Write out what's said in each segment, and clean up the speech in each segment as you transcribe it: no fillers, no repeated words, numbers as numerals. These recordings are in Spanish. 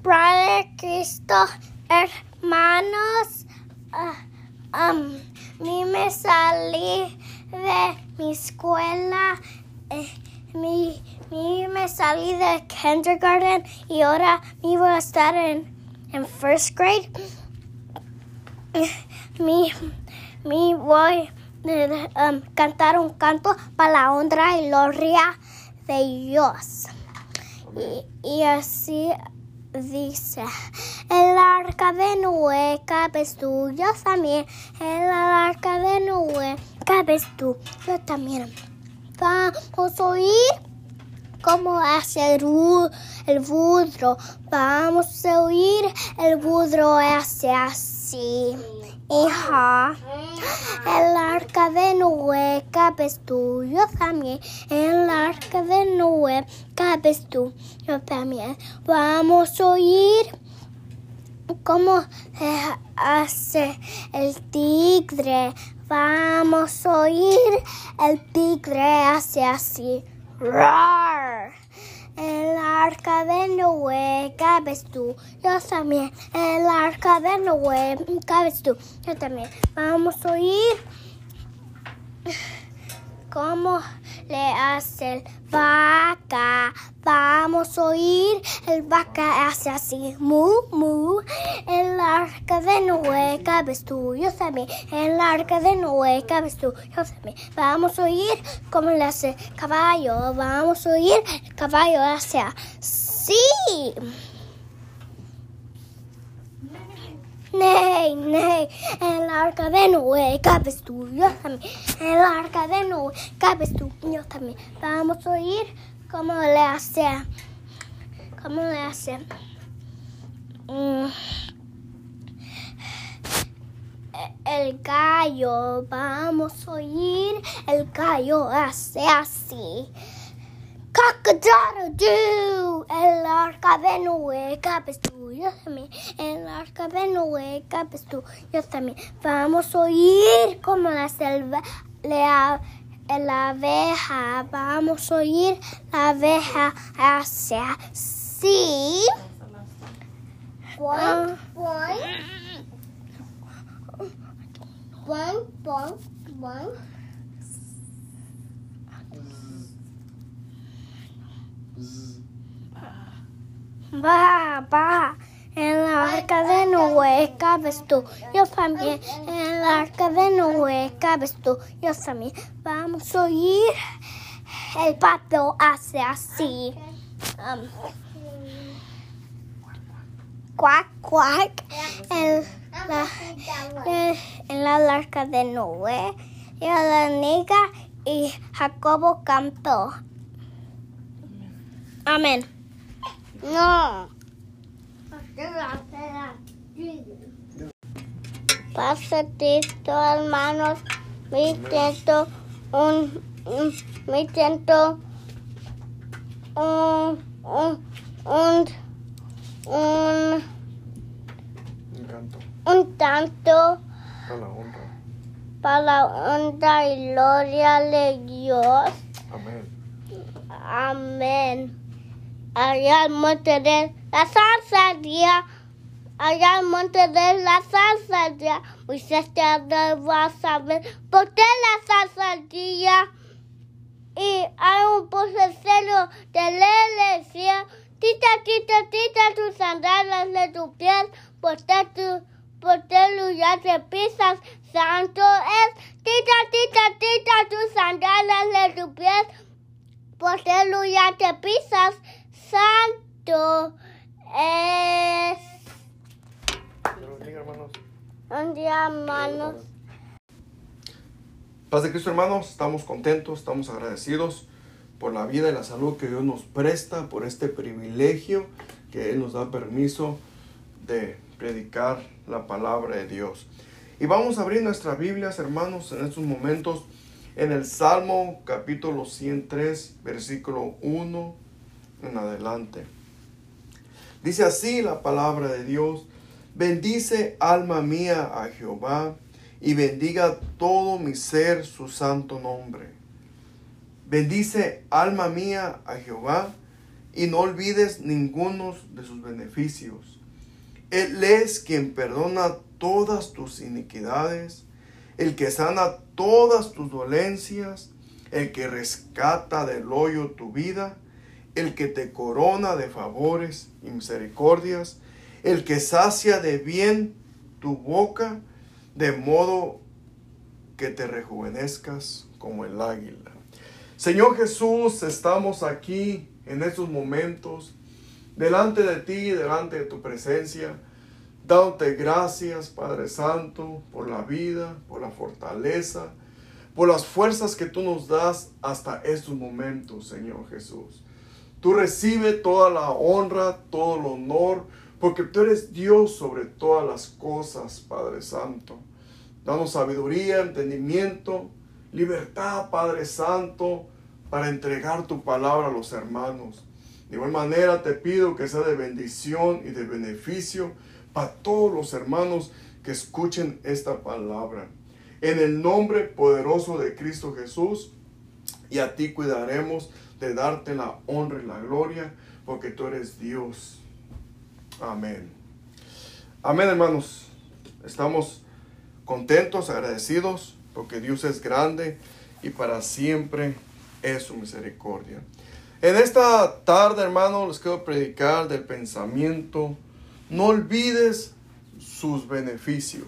Padre Cristo, hermanos, me salí de mi escuela, me salí de kindergarten y ahora me voy a estar en first grade. Me voy a cantar un canto para la honra y gloria de Dios. Y así dice: el arca de Noé cabes tú, yo también. El arca de Noé cabes tú, yo también. Vamos a oír cómo hace el burro. Vamos a oír el burro hace así. Hija, el arca de Noé cabes tú, yo también. El arca de Noé cabes tú, yo también. Vamos a oír cómo hace el tigre. Vamos a oír el tigre hace así. ¡Roar! El arca de Noé cabes tú, yo también. El arca de Noé cabes tú, yo también. Vamos a oír cómo le hace el vaca. Vamos a oír el vaca hace así. Mu, mu. El arca de Noé cabes tú, yo también. El arca de Noé cabes tú, yo también. Vamos a oír cómo le hace el caballo. Vamos a oír el caballo hace así. Ney, ney, el arca de Noé cabes tú, yo también. El arca de Noé cabes tú, yo también. Vamos a oír cómo le hace el gallo. Vamos a oír el gallo hace así. Cock-a-doodle-doo. El arca de Noé cabes tú, yo también. El arca de Noé cabes tú, yo también. Vamos a oír cómo la abeja. Vamos a oír la abeja hace así. Boing, boing, boing, boing. Va. En la arca de Noé cabes tú, yo también. En la arca de Noé cabes tú, yo también. Vamos a oír el pato hace así. Cuac, cuac. En la arca de Noé, y la niga y Jacobo cantó. Amén. No. Pasatito, hermanos, me intento un tanto para la honra y gloria de Dios. Amén. Amén. Allá al monte de la salsa, allá al monte de la salsa, Moisés te va a saber por qué la salsa. Y hay un porcelo de le decía: tita, tus sandalias de tu piel, portelo ya te pisas, santo es. Tita, tus sandalias de tu piel, portelo ya te pisas, santo es. Buen día, hermanos. Paz de Cristo, hermanos. Estamos contentos, estamos agradecidos por la vida y la salud que Dios nos presta, por este privilegio que Él nos da permiso de predicar la palabra de Dios. Y vamos a abrir nuestras Biblias, hermanos, en estos momentos en el Salmo capítulo 103, versículo 1 en adelante. Dice así la palabra de Dios: bendice alma mía a Jehová, y bendiga todo mi ser su santo nombre. Bendice alma mía a Jehová, y no olvides ninguno de sus beneficios. Él es quien perdona todas tus iniquidades, el que sana todas tus dolencias, el que rescata del hoyo tu vida, el que te corona de favores y misericordias, el que sacia de bien tu boca, de modo que te rejuvenezcas como el águila. Señor Jesús, estamos aquí en estos momentos, delante de ti, delante de tu presencia, dándote gracias, Padre Santo, por la vida, por la fortaleza, por las fuerzas que tú nos das hasta estos momentos, Señor Jesús. Tú recibes toda la honra, todo el honor, porque tú eres Dios sobre todas las cosas, Padre Santo. Danos sabiduría, entendimiento, libertad, Padre Santo, para entregar tu palabra a los hermanos. De igual manera te pido que sea de bendición y de beneficio para todos los hermanos que escuchen esta palabra. En el nombre poderoso de Cristo Jesús, y a ti cuidaremos de darte la honra y la gloria, porque tú eres Dios. Amén. Amén, hermanos. Estamos contentos, agradecidos, porque Dios es grande y para siempre es su misericordia. En esta tarde, hermanos, les quiero predicar del pensamiento: no olvides sus beneficios.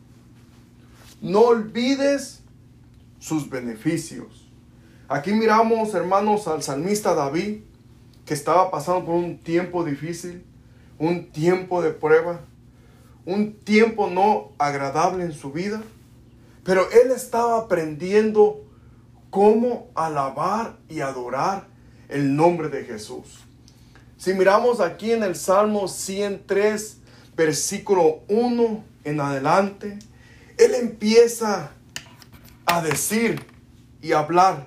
No olvides sus beneficios. Aquí miramos, hermanos, al salmista David, que estaba pasando por un tiempo difícil, un tiempo de prueba, un tiempo no agradable en su vida, pero él estaba aprendiendo cómo alabar y adorar el nombre de Jesús. Si miramos aquí en el Salmo 103, versículo 1 en adelante, él empieza a decir y hablar: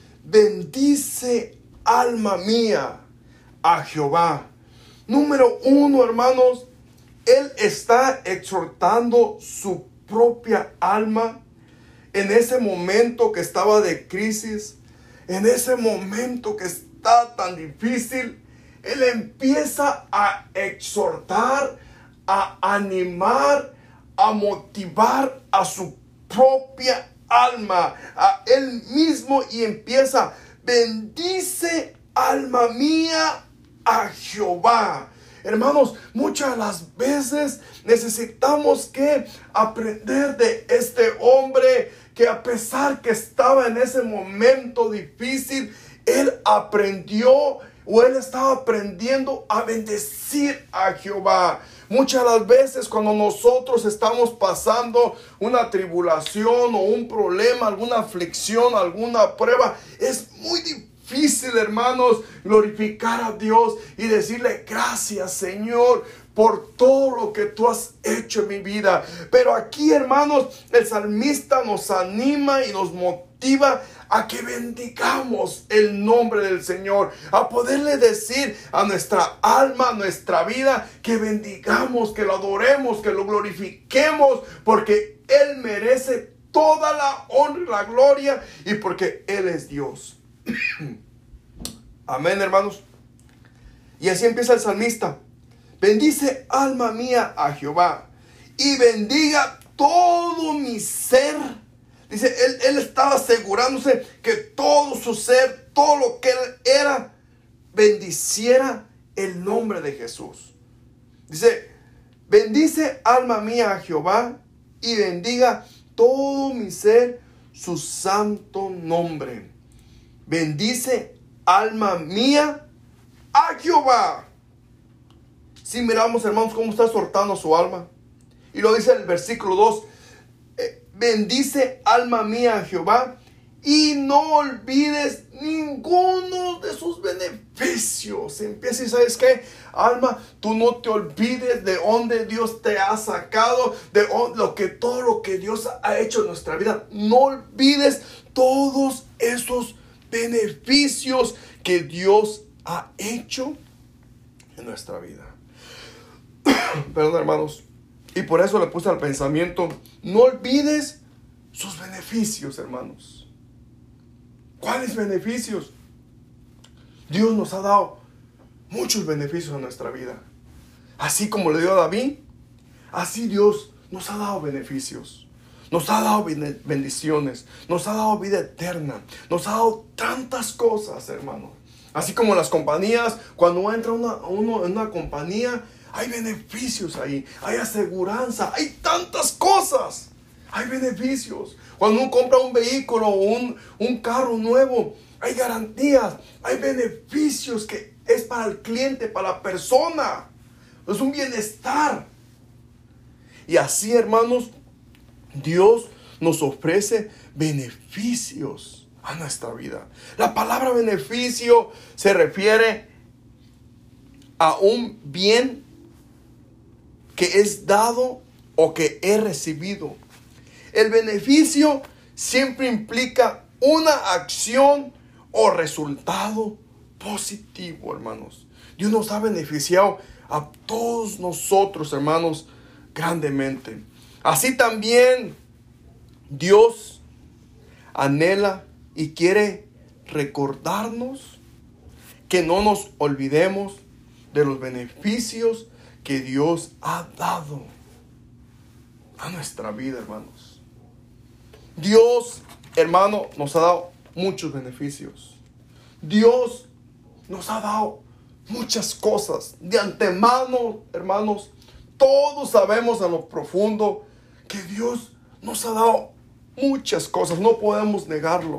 bendice, alma mía, a Jehová. Número 1, hermanos, él está exhortando su propia alma en ese momento que estaba de crisis, en ese momento que está tan difícil. Él empieza a exhortar, a animar, a motivar a su propia alma, a él mismo, y empieza: bendice, alma mía, a Jehová. Hermanos, muchas de las veces necesitamos que aprender de este hombre que, a pesar que estaba en ese momento difícil, él aprendió, o él estaba aprendiendo a bendecir a Jehová. Muchas de las veces cuando nosotros estamos pasando una tribulación o un problema, alguna aflicción, alguna prueba, es muy difícil, hermanos, glorificar a Dios y decirle: gracias, Señor, por todo lo que tú has hecho en mi vida. Pero aquí, hermanos, el salmista nos anima y nos motiva a que bendigamos el nombre del Señor, a poderle decir a nuestra alma, a nuestra vida, que bendigamos, que lo adoremos, que lo glorifiquemos, porque Él merece toda la honra y la gloria, y porque Él es Dios. Amén, hermanos. Y así empieza el salmista: bendice, alma mía, a Jehová, y bendiga todo mi ser. Dice, él estaba asegurándose que todo su ser, todo lo que él era, bendiciera el nombre de Jesús. Dice: bendice, alma mía, a Jehová, y bendiga todo mi ser su santo nombre. Bendice, alma mía, a Jehová. Si miramos, hermanos, cómo está exhortando su alma. Y lo dice el versículo 2. Bendice, alma mía, a Jehová, y no olvides ninguno de sus beneficios. Empieza y ¿sabes qué? Alma, tú no te olvides de dónde Dios te ha sacado, de todo lo que Dios ha hecho en nuestra vida. No olvides todos esos beneficios que Dios ha hecho en nuestra vida. Perdón, hermanos. Y por eso le puse al pensamiento: no olvides sus beneficios, hermanos. ¿Cuáles beneficios? Dios nos ha dado muchos beneficios a nuestra vida. Así como le dio a David, así Dios nos ha dado beneficios. Nos ha dado bendiciones. Nos ha dado vida eterna. Nos ha dado tantas cosas, hermano. Así como en las compañías, cuando entra uno en una compañía, hay beneficios ahí. Hay aseguranza. Hay tantas cosas. Hay beneficios. Cuando uno compra un vehículo o un carro nuevo, hay garantías. Hay beneficios que es para el cliente, para la persona. Es un bienestar. Y así, hermanos, Dios nos ofrece beneficios a nuestra vida. La palabra beneficio se refiere a un bien que es dado o que he recibido. El beneficio siempre implica una acción o resultado positivo, hermanos. Dios nos ha beneficiado a todos nosotros, hermanos, grandemente. Así también Dios anhela y quiere recordarnos que no nos olvidemos de los beneficios que Dios ha dado a nuestra vida, hermanos. Dios, hermano, nos ha dado muchos beneficios. Dios nos ha dado muchas cosas. De antemano, hermanos, todos sabemos a lo profundo que Dios nos ha dado muchas cosas. No podemos negarlo.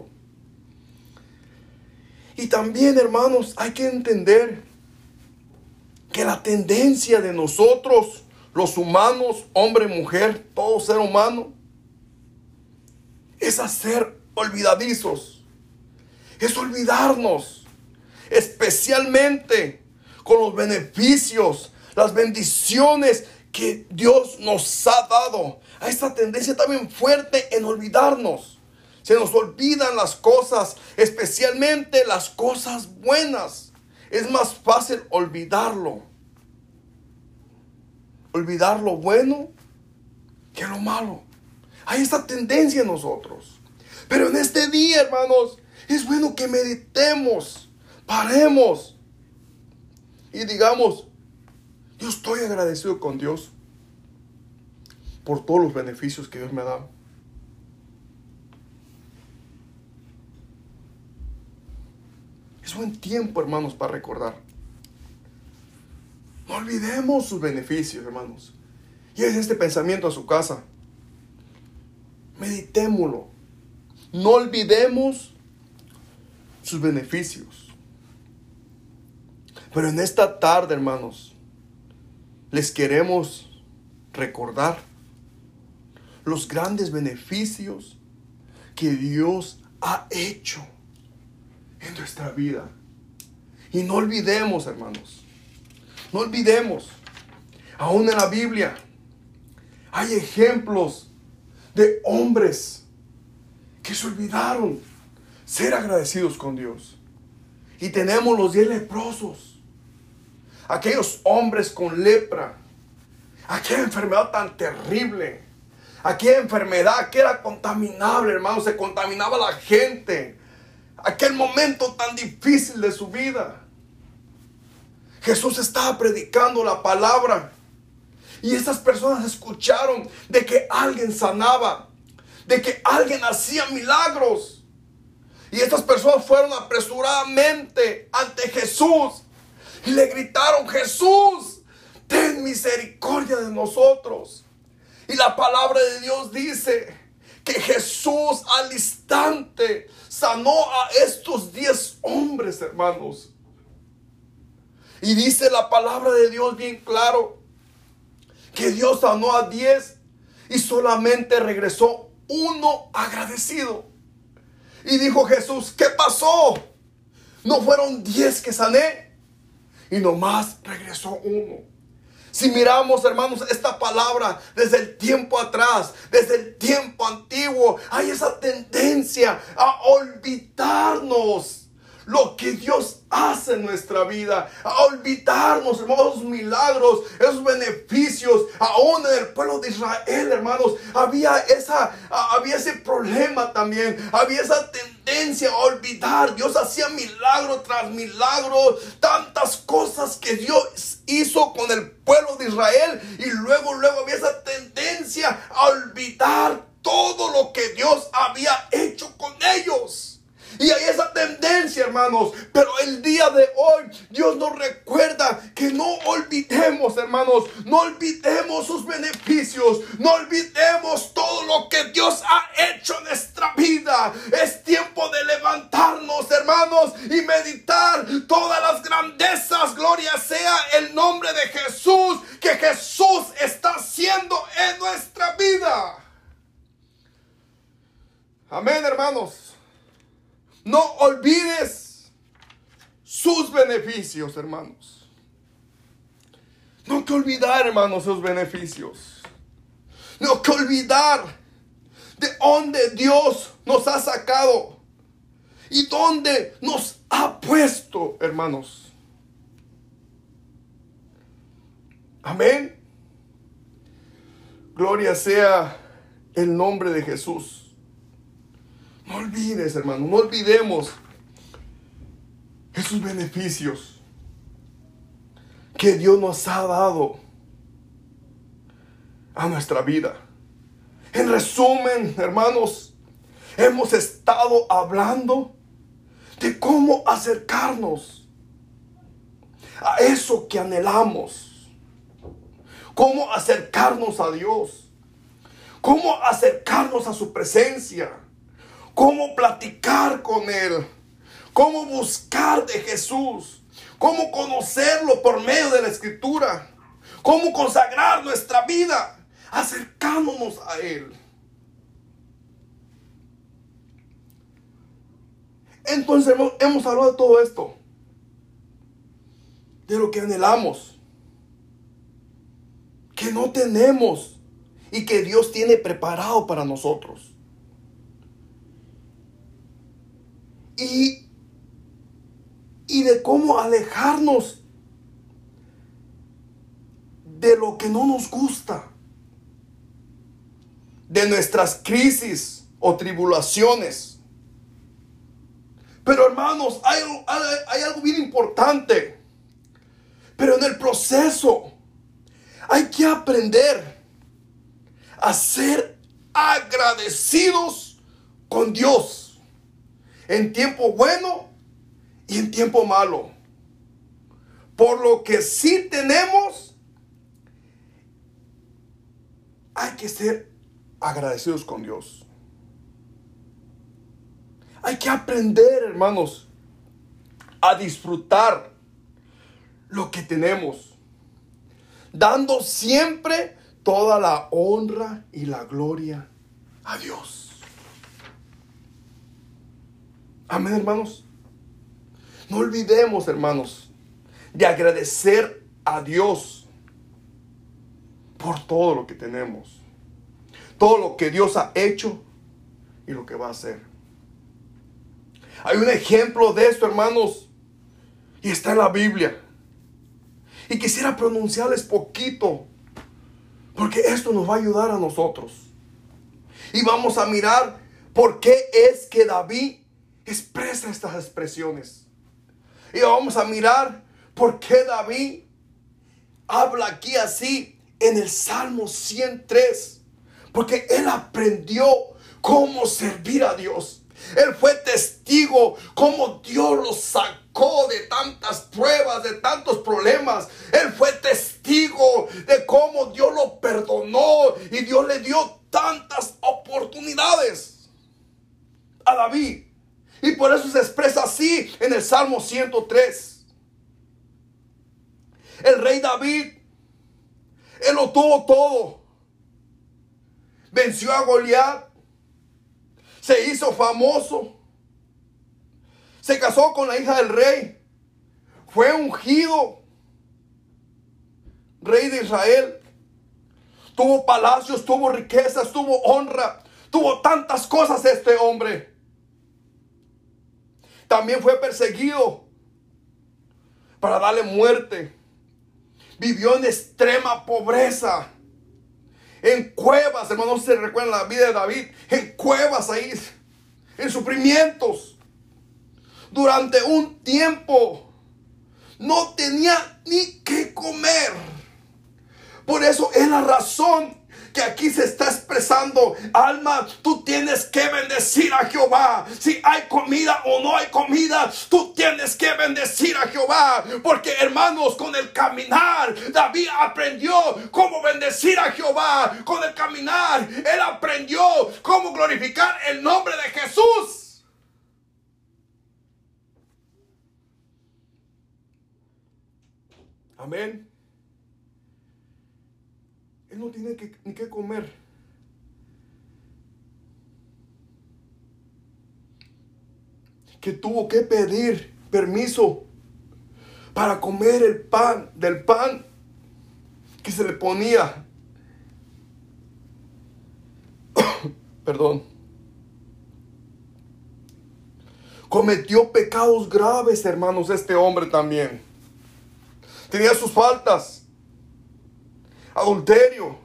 Y también, hermanos, hay que entender que la tendencia de nosotros, los humanos, hombre, mujer, todo ser humano, es a ser olvidadizos. Es olvidarnos, especialmente con los beneficios, las bendiciones que Dios nos ha dado. Hay esta tendencia también fuerte en olvidarnos. Se nos olvidan las cosas, especialmente las cosas buenas. Es más fácil olvidarlo. Olvidar lo bueno que lo malo. Hay esta tendencia en nosotros. Pero en este día, hermanos, es bueno que meditemos, paremos y digamos: yo estoy agradecido con Dios por todos los beneficios que Dios me ha dado. Es buen tiempo, hermanos, para recordar. No olvidemos sus beneficios, hermanos. Lleve este pensamiento a su casa. Meditémoslo. No olvidemos sus beneficios. Pero en esta tarde, hermanos, les queremos recordar los grandes beneficios que Dios ha hecho en nuestra vida. Y no olvidemos, hermanos, no olvidemos, aún en la Biblia hay ejemplos de hombres que se olvidaron ser agradecidos con Dios. Y tenemos los 10 leprosos, aquellos hombres con lepra, aquella enfermedad tan terrible, aquella enfermedad que era contaminable, hermanos, se contaminaba la gente, aquel momento tan difícil de su vida. Jesús estaba predicando la palabra y estas personas escucharon de que alguien sanaba, de que alguien hacía milagros. Y estas personas fueron apresuradamente ante Jesús y le gritaron: Jesús, ten misericordia de nosotros. Y la palabra de Dios dice que Jesús al instante sanó a estos 10 hombres, hermanos. Y dice la palabra de Dios bien claro que Dios sanó a 10 y solamente regresó uno agradecido. Y dijo Jesús: ¿qué pasó? ¿No fueron 10 que sané? Y nomás regresó uno. Si miramos, hermanos, esta palabra desde el tiempo atrás, desde el tiempo antiguo, hay esa tendencia a olvidarnos lo que Dios hace en nuestra vida, a olvidarnos, hermanos, esos milagros, esos beneficios. Aún en el pueblo de Israel, hermanos, había ese problema también, había esa tendencia tendencia a olvidar. Dios hacía milagro tras milagro, tantas cosas que Dios hizo con el pueblo de Israel, y luego había esa tendencia a olvidar todo lo que Dios había hecho con ellos. Y hay esa tendencia, hermanos. Pero el día de hoy Dios nos recuerda que no olvidemos, hermanos. No olvidemos sus beneficios. No olvidemos todo lo que Dios ha hecho en nuestra vida. Es tiempo de levantarnos, hermanos, y meditar todas las grandezas. Gloria sea el nombre de Jesús, que Jesús está haciendo en nuestra vida. Amén, hermanos. No olvides sus beneficios, hermanos. No hay que olvidar, hermanos, sus beneficios. No hay que olvidar de dónde Dios nos ha sacado y dónde nos ha puesto, hermanos. Amén. Gloria sea el nombre de Jesús. No olvides, hermano, no olvidemos esos beneficios que Dios nos ha dado a nuestra vida. En resumen, hermanos, hemos estado hablando de cómo acercarnos a eso que anhelamos. Cómo acercarnos a Dios. Cómo acercarnos a su presencia. Cómo platicar con Él. Cómo buscar de Jesús. Cómo conocerlo por medio de la Escritura. Cómo consagrar nuestra vida acercándonos a Él. Entonces hemos hablado de todo esto. De lo que anhelamos. Que no tenemos. Y que Dios tiene preparado para nosotros. Y de cómo alejarnos de lo que no nos gusta, de nuestras crisis o tribulaciones. Pero hermanos, hay algo bien importante. Pero en el proceso hay que aprender a ser agradecidos con Dios. En tiempo bueno y en tiempo malo. Por lo que sí tenemos, hay que ser agradecidos con Dios. Hay que aprender, hermanos, a disfrutar lo que tenemos, dando siempre toda la honra y la gloria a Dios. Amén, hermanos. No olvidemos, hermanos, de agradecer a Dios por todo lo que tenemos, todo lo que Dios ha hecho y lo que va a hacer. Hay un ejemplo de esto, hermanos, y está en la Biblia. Y quisiera pronunciarles poquito, porque esto nos va a ayudar a nosotros. Y vamos a mirar por qué es que David expresa estas expresiones. Y vamos a mirar por qué David habla aquí así en el Salmo 103. Porque él aprendió cómo servir a Dios. Él fue testigo cómo Dios lo sacó de tantas pruebas, de tantos problemas. Él fue testigo de cómo Dios lo perdonó y Dios le dio tantas oportunidades a David. Y por eso se expresa así en el Salmo 103. El rey David, él lo tuvo todo. Venció a Goliat. Se hizo famoso. Se casó con la hija del rey. Fue ungido rey de Israel. Tuvo palacios, tuvo riquezas, tuvo honra. Tuvo tantas cosas este hombre. También fue perseguido para darle muerte. Vivió en extrema pobreza. En cuevas, hermanos, se recuerdan la vida de David. En cuevas ahí, en sufrimientos. Durante un tiempo no tenía ni qué comer. Por eso es la razón que aquí se está expresando. Alma, tú tienes que bendecir a Jehová. Si hay comida o no hay comida, tú tienes que bendecir a Jehová. Porque, hermanos, con el caminar, David aprendió cómo bendecir a Jehová. Con el caminar, él aprendió cómo glorificar el nombre de Jesús. Amén. Él no tiene ni qué comer. Que tuvo que pedir permiso para comer el pan, del pan que se le ponía. Perdón. Cometió pecados graves, hermanos, este hombre también. Tenía sus faltas. Adulterio.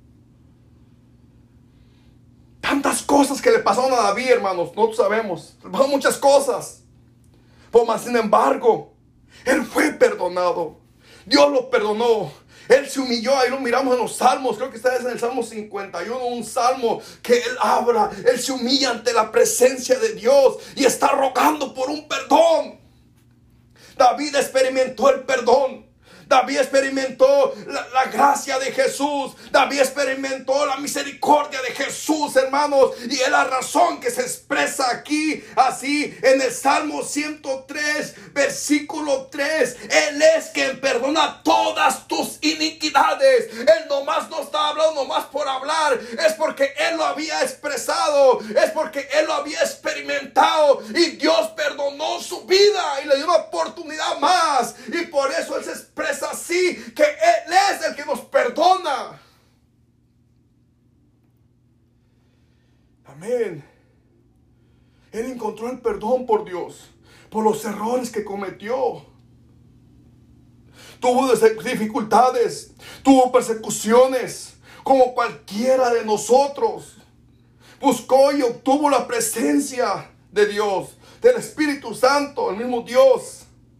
Tantas cosas que le pasaron a David, hermanos. Nosotros sabemos. Le pasaron muchas cosas. Pero más sin embargo, él fue perdonado. Dios lo perdonó. Él se humilló. Ahí lo miramos en los salmos. Creo que está en el Salmo 51. Un salmo que él habla. Él se humilla ante la presencia de Dios. Y está rogando por un perdón. David experimentó el perdón. David experimentó la gracia de Jesús. David experimentó la misericordia de Jesús, hermanos. Y es la razón que se expresa aquí, así, en el Salmo 103, versículo 3. Él es quien perdona todas tus iniquidades. Él nomás no está hablando nomás por hablar. Es porque Él lo había expresado. Es porque Él lo había experimentado. Y Dios perdonó su vida y le dio una oportunidad más. Y por eso Él se expresa así, que Él es el que nos perdona. Amén. Él encontró el perdón por Dios, por los errores que cometió. Tuvo dificultades, tuvo persecuciones, como cualquiera de nosotros. Buscó y obtuvo la presencia de Dios, del Espíritu Santo, el mismo Dios.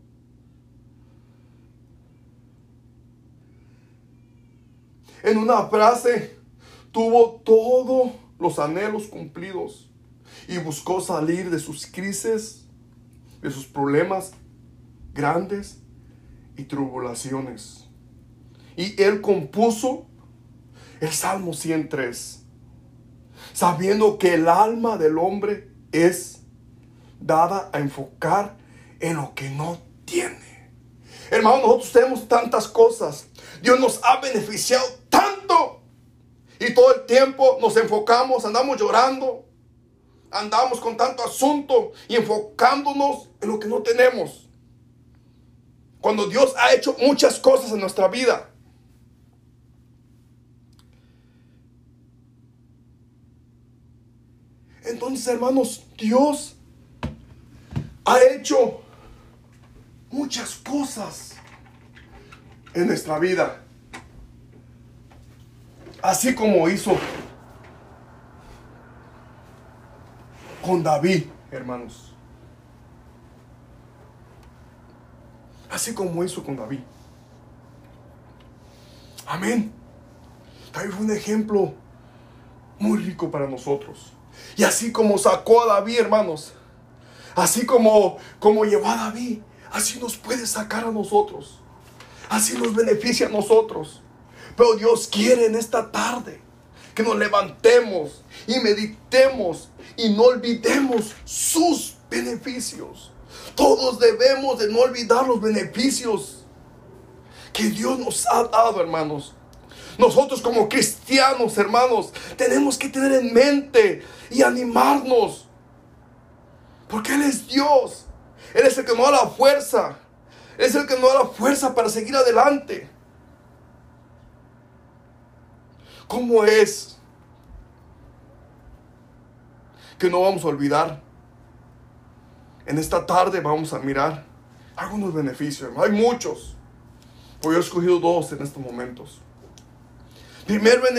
En una frase, tuvo todos los anhelos cumplidos y buscó salir de sus crisis, de sus problemas grandes y tribulaciones. Y él compuso el Salmo 103, sabiendo que el alma del hombre es dada a enfocar en lo que no tiene. Hermano, nosotros tenemos tantas cosas. Dios nos ha beneficiado tanto. Y todo el tiempo nos enfocamos, andamos llorando. Andamos con tanto asunto y enfocándonos en lo que no tenemos. Cuando Dios ha hecho muchas cosas en nuestra vida. Entonces, hermanos, Dios ha hecho muchas cosas en nuestra vida. Así como hizo con David, hermanos. Así como hizo con David. Amén. David fue un ejemplo muy rico para nosotros. Y así como sacó a David, hermanos, así como llevó a David, así nos puede sacar a nosotros. Así nos beneficia a nosotros. Pero Dios quiere en esta tarde que nos levantemos y meditemos y no olvidemos sus beneficios. Todos debemos de no olvidar los beneficios que Dios nos ha dado, hermanos. Nosotros como cristianos, hermanos, tenemos que tener en mente y animarnos. Porque Él es Dios. Él es el que nos da la fuerza. Él es el que nos da la fuerza para seguir adelante. ¿Cómo es que no vamos a olvidar? En esta tarde vamos a mirar algunos beneficios. Hay muchos, pero yo he escogido dos en estos momentos. Primer beneficio que Dios quiere que no olvidemos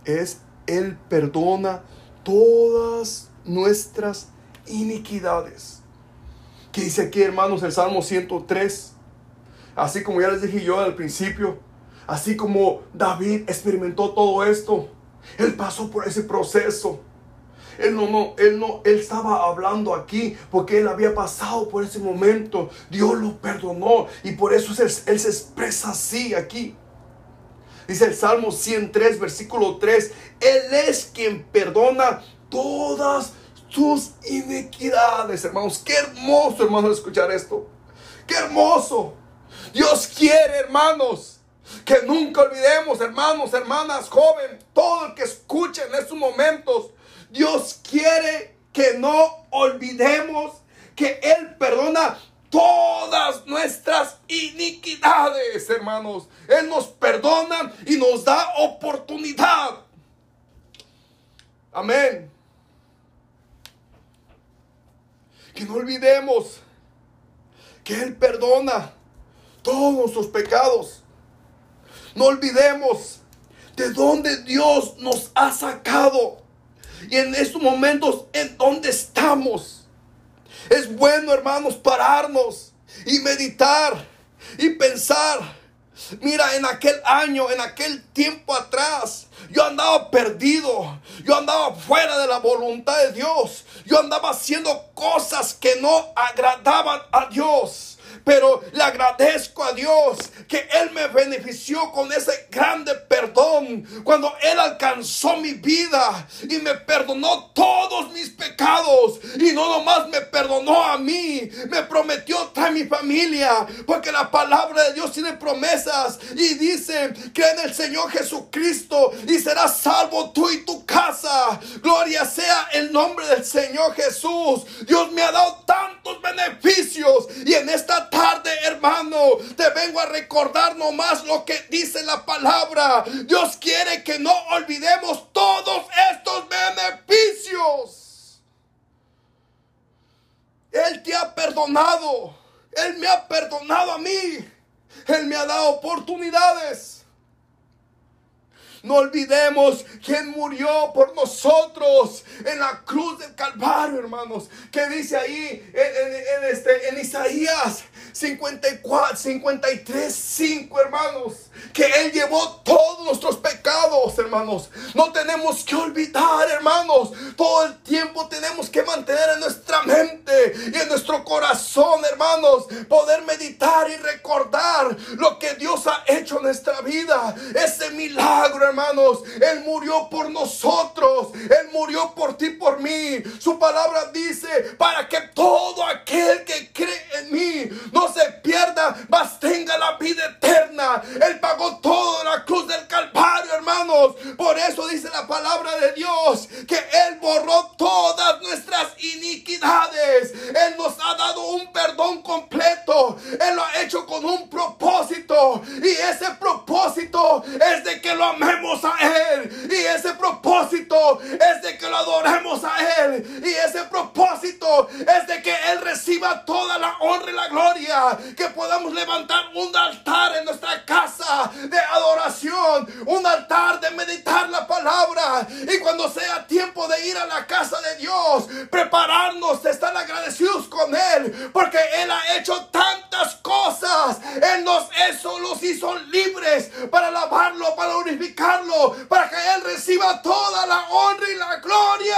Él perdona todas nuestras iniquidades. ¿Qué dice aquí, hermanos, el Salmo 103? Así como ya les dije yo al principio, así como David experimentó todo esto, él pasó por ese proceso. Él estaba hablando aquí porque él había pasado por ese momento. Dios lo perdonó y por eso él se expresa así aquí. Dice el Salmo 103, versículo 3. Él es quien perdona todas tus iniquidades, hermanos. Qué hermoso, hermanos, escuchar esto. Qué hermoso. Dios quiere, hermanos, que nunca olvidemos, hermanos, hermanas, joven, todo el que escuche en estos momentos. Dios quiere que no olvidemos que Él perdona todas nuestras iniquidades, hermanos. Él nos perdona y nos da oportunidad. Amén. Que no olvidemos que Él perdona todos nuestros pecados. No olvidemos de dónde Dios nos ha sacado. Y en estos momentos, en donde estamos. Es bueno, hermanos, pararnos y meditar y pensar. Mira, en aquel año, en aquel tiempo atrás, yo andaba perdido. Yo andaba fuera de la voluntad de Dios. Yo andaba haciendo cosas que no agradaban a Dios. Pero le agradezco a Dios que Él me benefició con ese grande perdón. Cuando Él alcanzó mi vida y me perdonó todos mis pecados. Y no nomás me perdonó a mí, me prometió a mi familia. Porque la palabra de Dios tiene promesas. Y dice, cree en el Señor Jesucristo y serás salvo tú y tu casa. Gloria sea el nombre del Señor Jesús. Dios me ha dado tantos beneficios. Y en esta tarde, hermano, te vengo a recordar nomás lo que dice la palabra. Dios quiere que no olvidemos todos estos beneficios. Él te ha perdonado. Él me ha perdonado a mí. Él me ha dado oportunidades. No olvidemos quién murió por nosotros en la cruz del Calvario, hermanos. Que dice ahí en Isaías 53:5, hermanos. Que Él llevó todos nuestros pecados, hermanos. No tenemos que olvidar, hermanos. Todo el tiempo tenemos que mantener en nuestra mente y en nuestro corazón, hermanos, poder meditar y recordar lo que Dios ha hecho en nuestra vida. Ese milagro, hermanos. Él murió por nosotros. Él murió por ti, por mí. Su palabra dice, para que todo aquel que cree en mí no se pierda, mas tenga la vida eterna. Él pagó todo en la cruz del Calvario, hermanos. Por eso dice la palabra de Dios que Él borró todas nuestras iniquidades. Él nos ha dado un perdón completo. Él lo ha hecho con un propósito. Y ese propósito es de que lo amemos a Él. Y ese propósito es de que lo adoremos a Él. Y ese propósito es de que Él reciba toda la honra y la gloria. Que podamos levantar un altar en nuestra casa de adoración. Un altar de meditar la palabra. Y cuando sea tiempo de ir a la casa de Dios, prepararnos de estar agradecidos con Él. Porque Él ha hecho tantas cosas. Él nos hizo libres para alabarlo, para glorificarlo, para que Él reciba toda la honra y la gloria.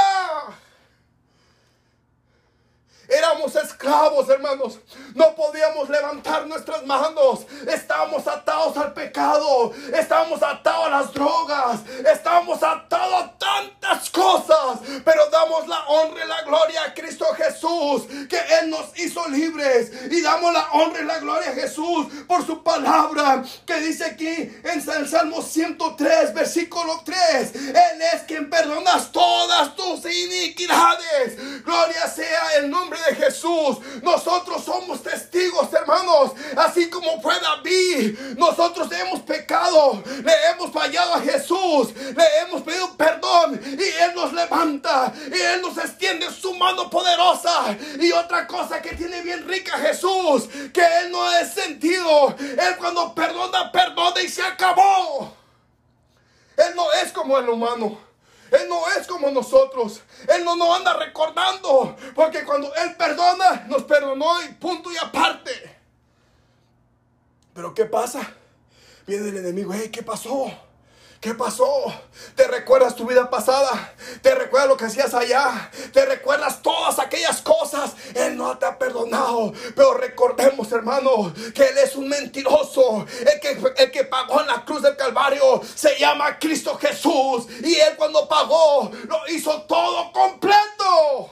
Éramos esclavos, hermanos. No podíamos levantar nuestras manos. Estábamos atados al pecado. Estábamos atados a las drogas. Estábamos atados a tantas cosas. Pero damos la honra y la gloria a Cristo Jesús, que Él nos hizo libres. Y damos la honra y la gloria a Jesús por su palabra, que dice aquí en el Salmo 103, versículo 3. Él es quien perdona todas tus iniquidades. Gloria sea el nombre de Jesús. Nosotros somos testigos, hermanos. Así como fue David, nosotros hemos pecado, le hemos fallado a Jesús, le hemos pedido perdón y Él nos levanta y Él nos extiende su mano poderosa. Y otra cosa que tiene bien rica Jesús, que Él no es sentido. Él cuando perdona, perdona y se acabó. Él no es como el humano. Él no es como nosotros. Él no nos anda recordando. Porque cuando Él perdona, nos perdonó y punto y aparte. Pero ¿qué pasa? Viene el enemigo. Hey, ¿qué pasó? ¿Qué pasó? ¿Te recuerdas tu vida pasada? ¿Te recuerdas lo que hacías allá? ¿Te recuerdas todas aquellas cosas? Él no te ha perdonado. Pero recordemos, hermano, que Él es un mentiroso. El que pagó en la cruz del Calvario se llama Cristo Jesús. Y Él cuando pagó, lo hizo todo completo.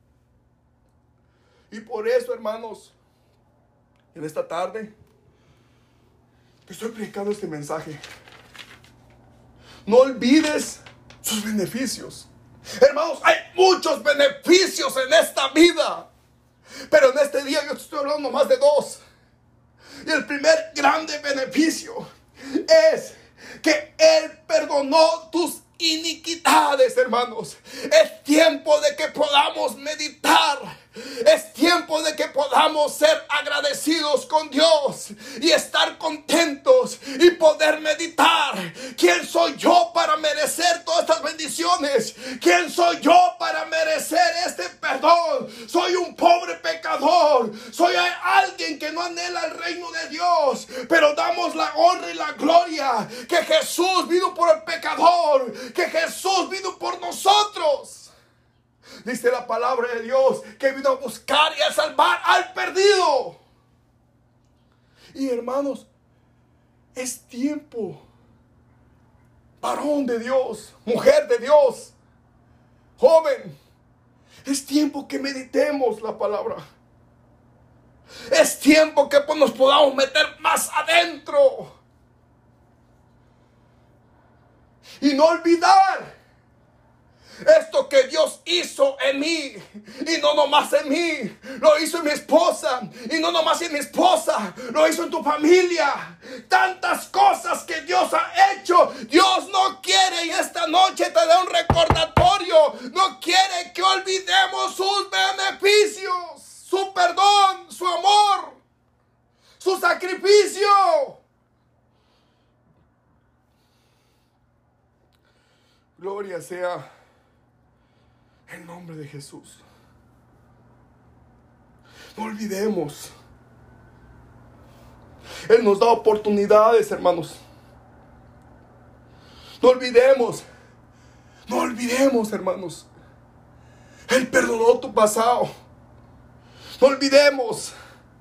Y por eso, hermanos, en esta tarde, estoy predicando este mensaje. No olvides sus beneficios. Hermanos, hay muchos beneficios en esta vida. Pero en este día yo te estoy hablando más de dos. Y el primer grande beneficio es que Él perdonó tus iniquidades, hermanos. Es tiempo de que podamos meditar. Es tiempo de que podamos ser agradecidos con Dios y estar contentos y poder meditar. ¿Quién soy yo para merecer todas estas bendiciones? ¿Quién soy yo para merecer este perdón? Soy un pobre pecador. Soy alguien que no anhela el reino de Dios. Pero damos la honra y la gloria que Jesús vino por el pecador, que Jesús vino por nosotros. Dice la palabra de Dios que vino a buscar y a salvar al perdido. Y hermanos, es tiempo, varón de Dios, mujer de Dios, joven, es tiempo que meditemos la palabra. Es tiempo que nos podamos meter más adentro. Y no olvidar esto que Dios hizo en mí. Y no nomás en mí. Lo hizo en mi esposa. Y no nomás en mi esposa. Lo hizo en tu familia. Tantas cosas que Dios ha hecho. Dios no quiere, y esta noche te da un recordatorio, no quiere que olvidemos sus beneficios, su perdón, su amor, su sacrificio. Gloria sea el nombre de Jesús. No olvidemos. Él nos da oportunidades, hermanos. No olvidemos. No olvidemos, hermanos. Él perdonó tu pasado. No olvidemos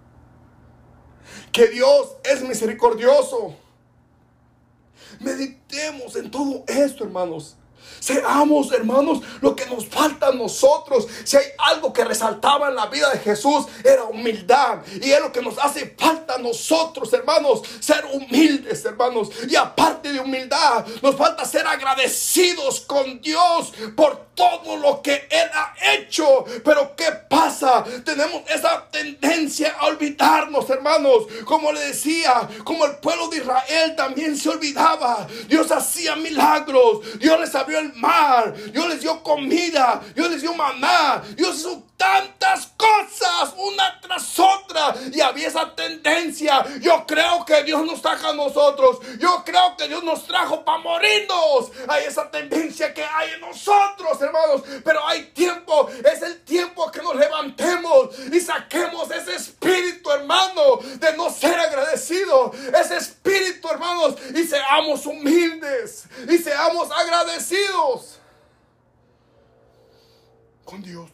que Dios es misericordioso. Meditemos en todo esto, hermanos. Seamos, hermanos, lo que nos falta a nosotros. Si hay algo que resaltaba en la vida de Jesús, era humildad. Y es lo que nos hace falta a nosotros, hermanos, ser humildes, hermanos. Y aparte de humildad, nos falta ser agradecidos con Dios por todo lo que Él ha hecho. Pero ¿qué pasa? Tenemos esa tendencia a olvidarnos, hermanos. Como le decía, como el pueblo de Israel también se olvidaba. Dios hacía milagros. Dios les abrió el mar. Dios les dio comida. Dios les dio maná. Dios hizo tantas cosas una tras otra. Y había esa tendencia. Yo creo que Dios nos trajo a nosotros. Yo creo que Dios nos trajo para morirnos. Hay esa tendencia que hay en nosotros, hermanos. Pero hay tiempo. Es el tiempo que nos levantemos y saquemos ese espíritu, hermano, de no ser agradecido. Ese espíritu, hermanos, y seamos humildes y seamos agradecidos con Dios.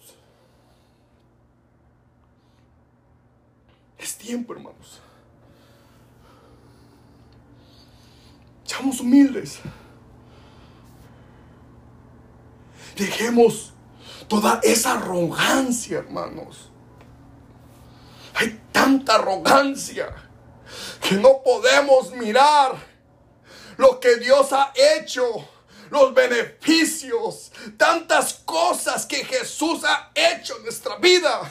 Es tiempo, hermanos. Seamos humildes. Dejemos toda esa arrogancia, hermanos. Hay tanta arrogancia que no podemos mirar lo que Dios ha hecho, los beneficios, tantas cosas que Jesús ha hecho en nuestra vida.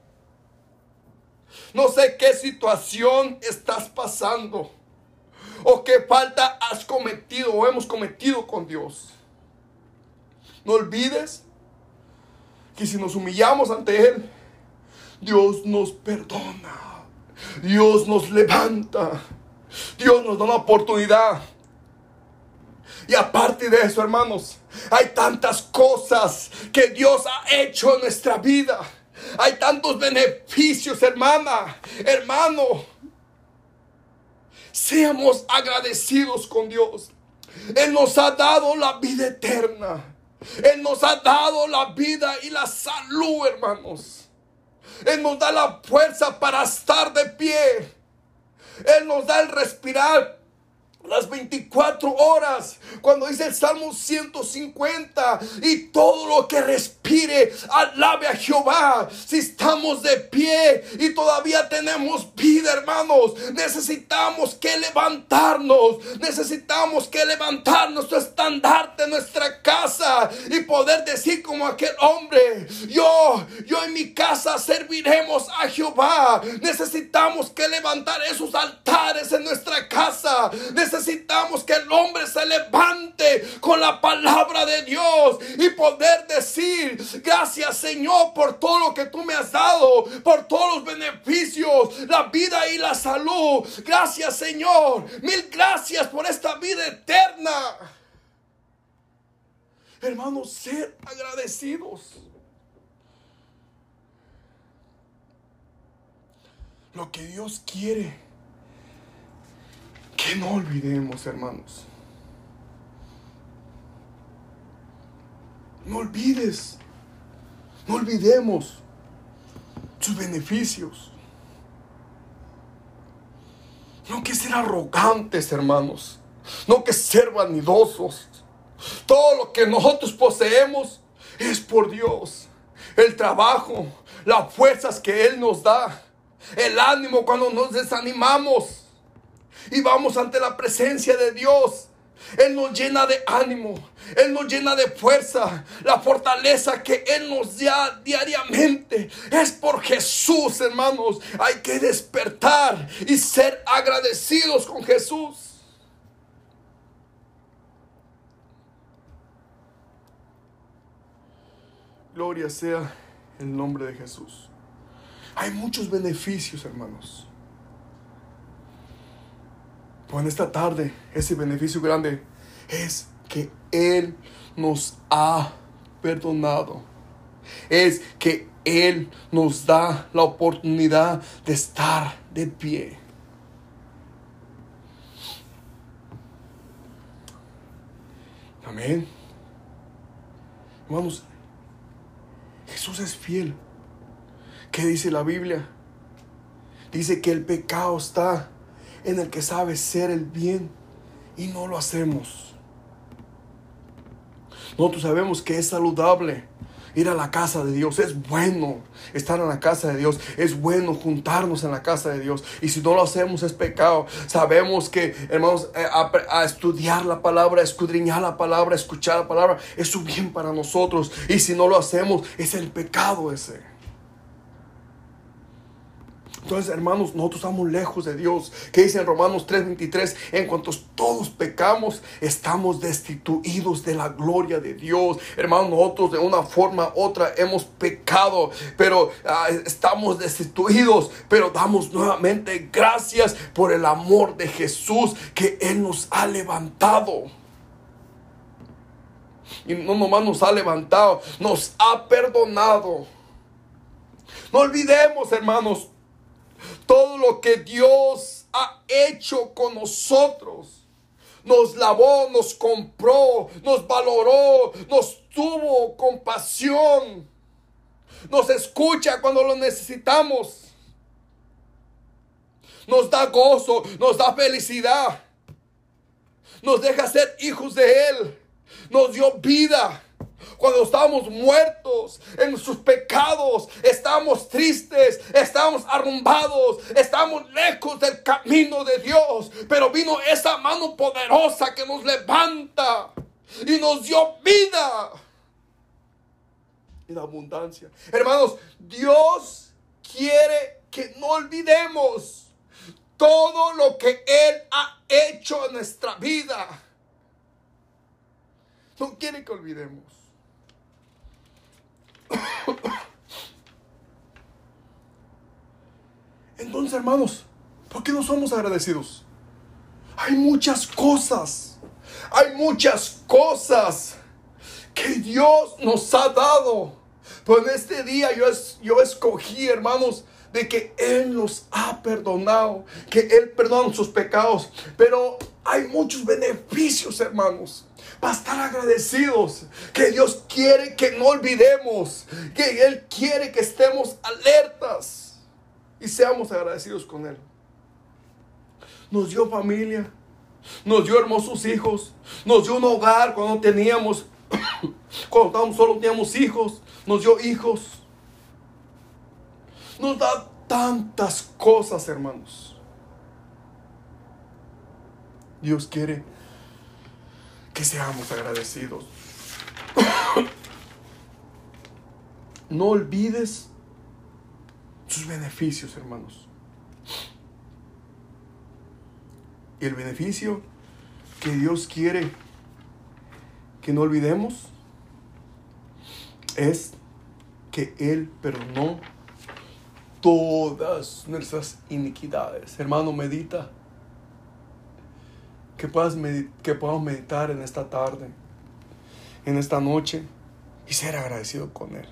No sé qué situación estás pasando o qué falta has cometido o hemos cometido con Dios. No olvides que si nos humillamos ante Él, Dios nos perdona. Dios nos levanta. Dios nos da una oportunidad. Y aparte de eso, hermanos, hay tantas cosas que Dios ha hecho en nuestra vida. Hay tantos beneficios, hermana, hermano. Seamos agradecidos con Dios. Él nos ha dado la vida eterna. Él nos ha dado la vida y la salud, hermanos. Él nos da la fuerza para estar de pie. Él nos da el respirar las 24 horas. Cuando dice el Salmo 150, y todo lo que respire, alabe a Jehová. Si estamos de pie y todavía tenemos vida, hermanos, necesitamos que levantarnos. Necesitamos que levantar nuestro estandarte en nuestra casa y poder decir como aquel hombre: yo en mi casa serviremos a Jehová. Necesitamos que levantar esos altares en nuestra casa. Necesitamos que el hombre se levante con la palabra de Dios y poder decir: gracias, Señor, por todo lo que tú me has dado, por todos los beneficios, la vida y la salud. Gracias, Señor. Mil gracias por esta vida eterna. Hermanos, ser agradecidos. Lo que Dios quiere que no olvidemos, hermanos. No olvidemos sus beneficios. No que ser arrogantes, hermanos. No que ser vanidosos. Todo lo que nosotros poseemos es por Dios. El trabajo, las fuerzas que Él nos da, el ánimo cuando nos desanimamos y vamos ante la presencia de Dios. Él nos llena de ánimo. Él nos llena de fuerza. La fortaleza que Él nos da diariamente es por Jesús, hermanos. Hay que despertar y ser agradecidos con Jesús. Gloria sea el nombre de Jesús. Hay muchos beneficios, hermanos. Pero en esta tarde, ese beneficio grande es que Él nos ha perdonado. Es que Él nos da la oportunidad de estar de pie. Amén. Hermanos, Jesús es fiel. ¿Qué dice la Biblia? Dice que el pecado está en el que sabe hacer el bien y no lo hacemos. Nosotros sabemos que es saludable ir a la casa de Dios. Es bueno estar en la casa de Dios. Es bueno juntarnos en la casa de Dios. Y si no lo hacemos es pecado. Sabemos que, hermanos, a estudiar la palabra, a escudriñar la palabra, a escuchar la palabra, es un bien para nosotros. Y si no lo hacemos, es el pecado ese. Entonces, hermanos, nosotros estamos lejos de Dios. ¿Qué dice en Romanos 3:23? En cuanto todos pecamos, estamos destituidos de la gloria de Dios. Hermanos, nosotros de una forma u otra hemos pecado, pero estamos destituidos. Pero damos nuevamente gracias por el amor de Jesús, que Él nos ha levantado. Y no nomás nos ha levantado, nos ha perdonado. No olvidemos, hermanos, todo lo que Dios ha hecho con nosotros. Nos lavó, nos compró, nos valoró, nos tuvo compasión. Nos escucha cuando lo necesitamos. Nos da gozo, nos da felicidad. Nos deja ser hijos de Él. Nos dio vida. Cuando estábamos muertos en sus pecados, estábamos tristes, estábamos arrumbados, estábamos lejos del camino de Dios. Pero vino esa mano poderosa que nos levanta y nos dio vida en abundancia. Hermanos, Dios quiere que no olvidemos todo lo que Él ha hecho en nuestra vida. No quiere que olvidemos. Entonces, hermanos, ¿por qué no somos agradecidos? Hay muchas cosas Hay muchas cosas que Dios nos ha dado. Pero en este día yo escogí, hermanos, de que Él nos ha perdonado, que Él perdona sus pecados. Pero hay muchos beneficios, hermanos, para estar agradecidos, que Dios quiere que no olvidemos, que Él quiere que estemos alertas y seamos agradecidos con Él. Nos dio familia, nos dio hermosos hijos, nos dio un hogar cuando teníamos, cuando estábamos solos teníamos hijos, nos dio hijos. Nos da tantas cosas, hermanos. Dios quiere que seamos agradecidos. No olvides sus beneficios, hermanos. Y el beneficio que Dios quiere que no olvidemos es que Él perdonó todas nuestras iniquidades. Hermano, medita. Que podamos meditar en esta tarde, en esta noche, y ser agradecido con Él.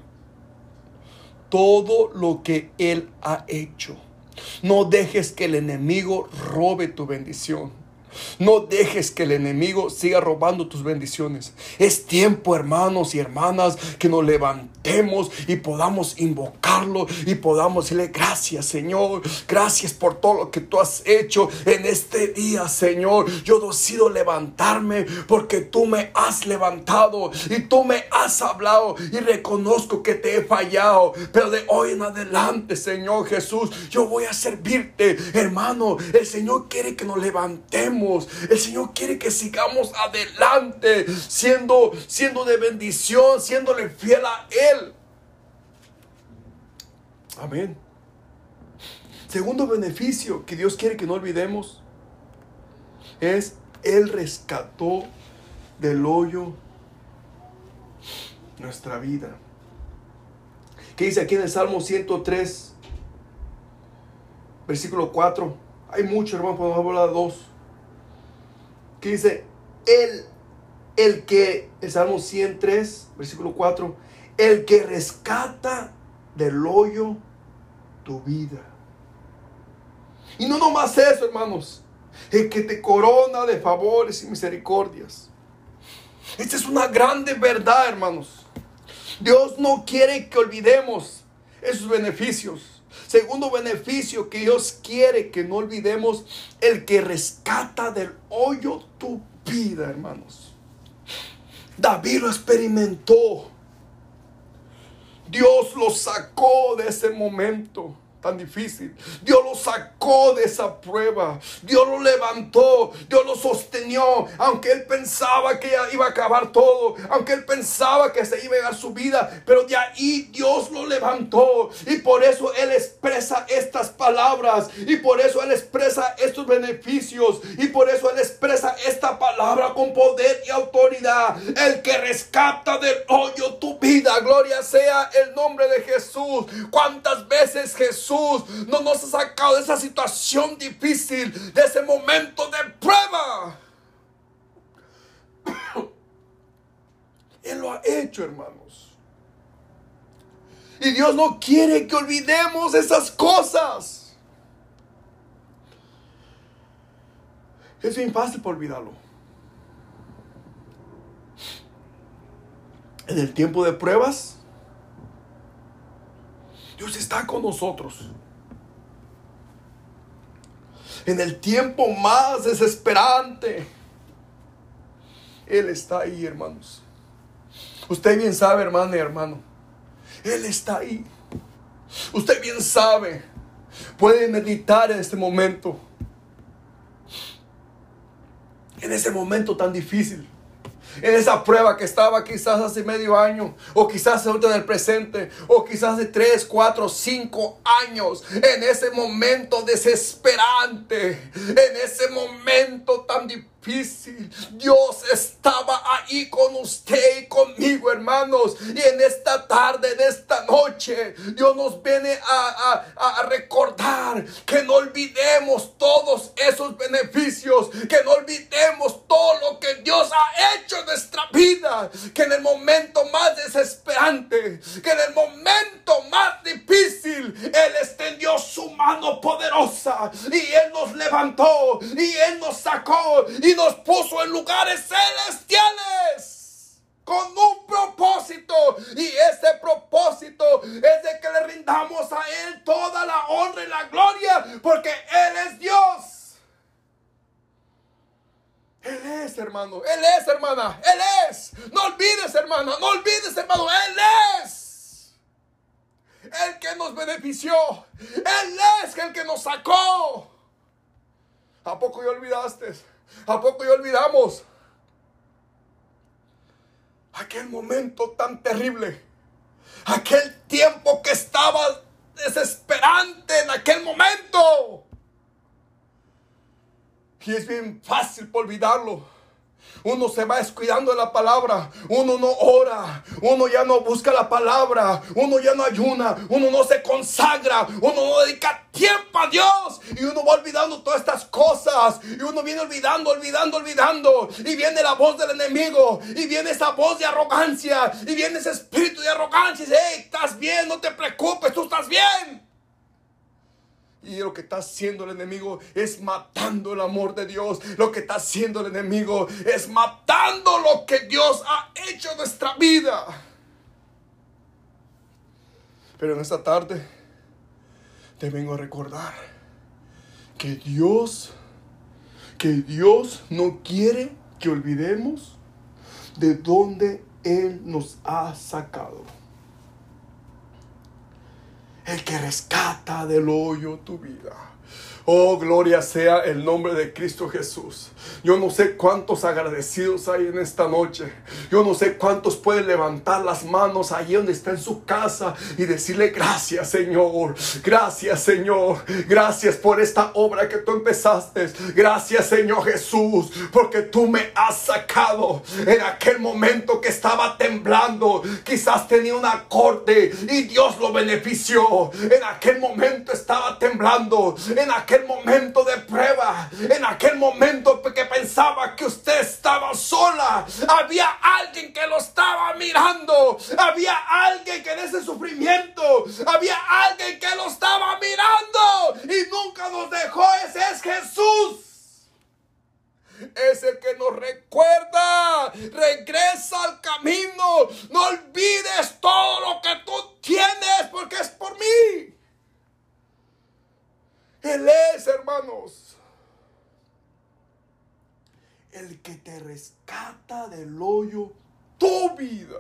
Todo lo que Él ha hecho. No dejes que el enemigo robe tu bendición. No dejes que el enemigo siga robando tus bendiciones. Es tiempo, hermanos y hermanas, que nos levantemos y podamos invocarlo y podamos decirle: gracias, Señor. Gracias por todo lo que tú has hecho en este día, Señor. Yo decido levantarme porque tú me has levantado y tú me has hablado, y reconozco que te he fallado, pero de hoy en adelante, Señor Jesús, yo voy a servirte, hermano. El Señor quiere que nos levantemos. El Señor quiere que sigamos adelante, siendo de bendición, siéndole fiel a Él. Amén. Segundo beneficio que Dios quiere que no olvidemos es: Él rescató del hoyo nuestra vida. ¿Qué dice aquí en el Salmo 103, versículo 4? Hay mucho, hermano, podemos hablar de dos. Que dice: el Salmo 103, versículo 4, el que rescata del hoyo tu vida. Y no nomás eso, hermanos, el que te corona de favores y misericordias. Esta es una grande verdad, hermanos. Dios no quiere que olvidemos esos beneficios. Segundo beneficio que Dios quiere que no olvidemos: el que rescata del hoyo tu vida, hermanos. David lo experimentó. Dios lo sacó de ese momento tan difícil. Dios lo sacó de esa prueba. Dios lo levantó. Dios lo sostenió. Aunque él pensaba que ya iba a acabar todo. Aunque él pensaba que se iba a llegar su vida. Pero de ahí Dios lo levantó. Y por eso él expresa estas palabras. Y por eso él expresa estos beneficios. Y por eso él expresa esta palabra con poder y autoridad: el que rescata del hoyo tu vida. Gloria sea el nombre de Jesús. ¿Cuántas veces Jesús no nos ha sacado de esa situación difícil, de ese momento de prueba? Él lo ha hecho, hermanos. Y Dios no quiere que olvidemos esas cosas. Es bien fácil para olvidarlo. En el tiempo de pruebas, Dios está con nosotros. En el tiempo más desesperante, Él está ahí, hermanos. Usted bien sabe, hermana y hermano, Él está ahí. Usted bien sabe. Puede meditar en este momento. En ese momento tan difícil. En esa prueba que estaba quizás hace medio año, o quizás ahorita en el presente, o quizás hace 3, 4, 5 años. En ese momento desesperante, en ese momento tan difícil difícil, Dios estaba ahí con usted y conmigo, hermanos. Y en esta tarde, en esta noche, Dios nos viene a recordar que no olvidemos todos esos beneficios, que no olvidemos todo lo que Dios ha hecho en nuestra vida, que en el momento más desesperante, que en el momento más difícil, Él extendió su mano poderosa y Él nos levantó y Él nos sacó y nos puso en lugares celestiales con un propósito, y ese propósito es de que le rindamos a Él toda la honra y la gloria, porque Él es Dios. Él es, hermano, Él es, hermana, Él es. No olvides, hermana, no olvides, hermano, Él es el que nos benefició. Él es el que nos sacó. ¿A poco ya olvidaste? ¿A poco ya olvidamos aquel momento tan terrible? Aquel tiempo que estaba desesperante en aquel momento. Y es bien fácil por olvidarlo. Uno se va descuidando de la palabra. Uno no ora. Uno ya no busca la palabra. Uno ya no ayuna. Uno no se consagra. Uno no dedica tiempo a Dios. Y uno va olvidando todas estas cosas. Y uno viene olvidando. Y viene la voz del enemigo. Y viene esa voz de arrogancia. Y viene ese espíritu de arrogancia. Y dice: hey, estás bien, no te preocupes, tú estás bien. Y lo que está haciendo el enemigo es matando el amor de Dios. Lo que está haciendo el enemigo es matando lo que Dios ha hecho en nuestra vida. Pero en esta tarde te vengo a recordar que Dios no quiere que olvidemos de dónde Él nos ha sacado. El que rescata del hoyo tu vida. Oh, gloria sea el nombre de Cristo Jesús. Yo no sé cuántos agradecidos hay en esta noche. Yo no sé cuántos pueden levantar las manos allí donde está en su casa y decirle: gracias, Señor. Gracias, Señor. Gracias por esta obra que tú empezaste. Gracias, Señor Jesús, porque tú me has sacado en aquel momento que estaba temblando. Quizás tenía una corte y Dios lo benefició. En aquel momento estaba temblando. En aquel momento de prueba, en aquel momento que pensaba que usted estaba sola, había alguien que lo estaba mirando. Había alguien que en ese sufrimiento, había alguien que lo estaba mirando y nunca nos dejó. Ese es Jesús. Es el que nos recuerda: regresa al camino, no olvides todo lo que tú tienes, porque es por mí. Él es, hermanos, el que te rescata del hoyo tu vida.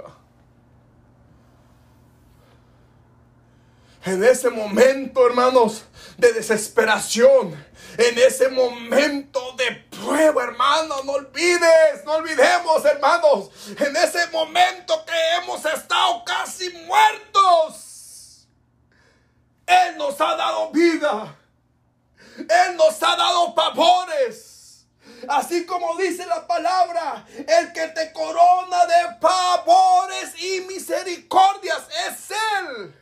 En ese momento, hermanos, de desesperación, en ese momento de prueba, hermanos, no olvidemos, hermanos, en ese momento que hemos estado casi muertos, Él nos ha dado vida. Él nos ha dado favores. Así como dice la palabra: el que te corona de favores y misericordias es Él.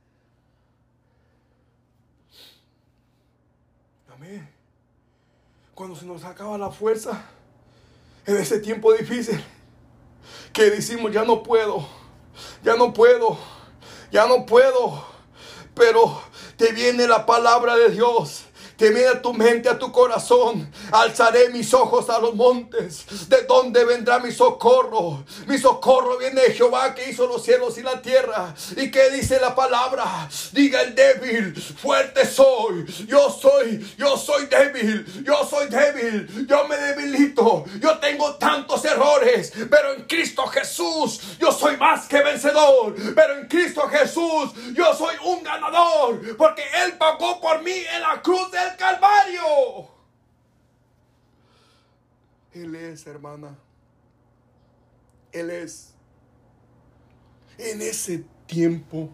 Amén. Cuando se nos acaba la fuerza en ese tiempo difícil, que decimos: ya no puedo. Pero te viene la palabra de Dios. Te viene a tu mente, a tu corazón: alzaré mis ojos a los montes. ¿De dónde vendrá mi socorro? Mi socorro viene de Jehová, que hizo los cielos y la tierra. ¿Y qué dice la palabra? Diga el débil: fuerte soy. Yo soy débil. Yo me debilito. Yo tengo tantos errores, pero en Cristo Jesús yo soy más que vencedor. Pero en Cristo Jesús yo soy un ganador, porque Él pagó por mí en la cruz del Calvario. Él es, hermana. Él es. En ese tiempo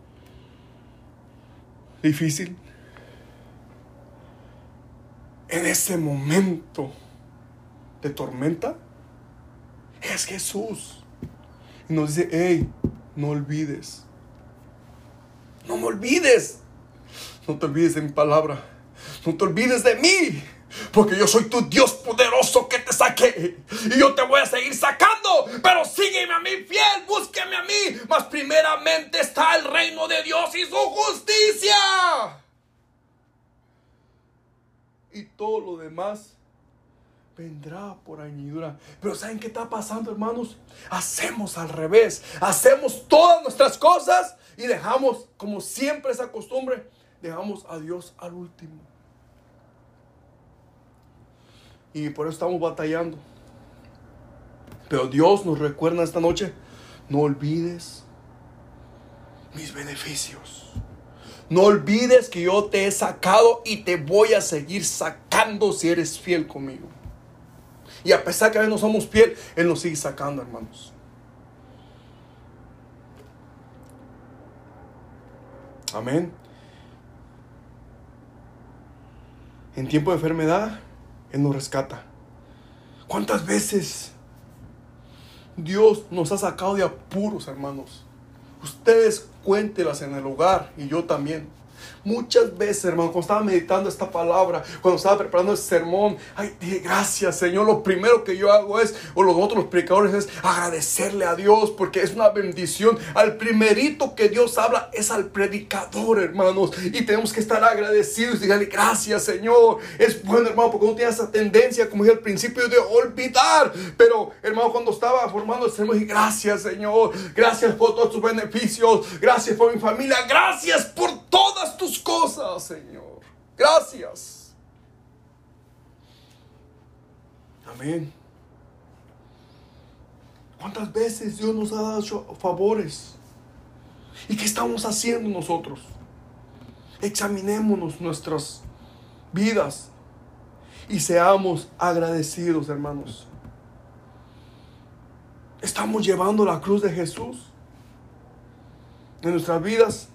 difícil, en ese momento te tormenta, es Jesús. Y nos dice, hey, no olvides. No me olvides. No te olvides de mi palabra. No te olvides de mí. Porque yo soy tu Dios poderoso que te saqué. Y yo te voy a seguir sacando. Pero sígueme a mí fiel. Búsqueme a mí. Mas primeramente está el reino de Dios y su justicia. Y todo lo demás vendrá por añadidura. Pero ¿saben qué está pasando, hermanos? Hacemos al revés. Hacemos todas nuestras cosas y dejamos, como siempre esa costumbre, dejamos a Dios al último. Y por eso estamos batallando. Pero Dios nos recuerda esta noche, no olvides mis beneficios. No olvides que yo te he sacado y te voy a seguir sacando si eres fiel conmigo. Y a pesar que a veces no somos fiel, Él nos sigue sacando, hermanos. Amén. En tiempo de enfermedad, Él nos rescata. ¿Cuántas veces Dios nos ha sacado de apuros, hermanos? Ustedes cuéntelas en el hogar y yo también. Muchas veces, hermano, cuando estaba meditando esta palabra, cuando estaba preparando el sermón, ay, dije, gracias, Señor. Lo primero que yo hago es, o los predicadores, es agradecerle a Dios, porque es una bendición. Al primerito que Dios habla es al predicador, hermanos, y tenemos que estar agradecidos y decirle, gracias, Señor. Es bueno, hermano, porque uno tiene esa tendencia, como dije al principio, de olvidar. Pero, hermano, cuando estaba formando el sermón, dije, gracias, Señor. Gracias por todos tus beneficios. Gracias por mi familia. Gracias por todas tus cosas, Señor. Gracias. Amén. ¿Cuántas veces Dios nos ha dado favores? ¿Y qué estamos haciendo nosotros? Examinémonos nuestras vidas y seamos agradecidos, hermanos. ¿Estamos llevando la cruz de Jesús en nuestras vidas?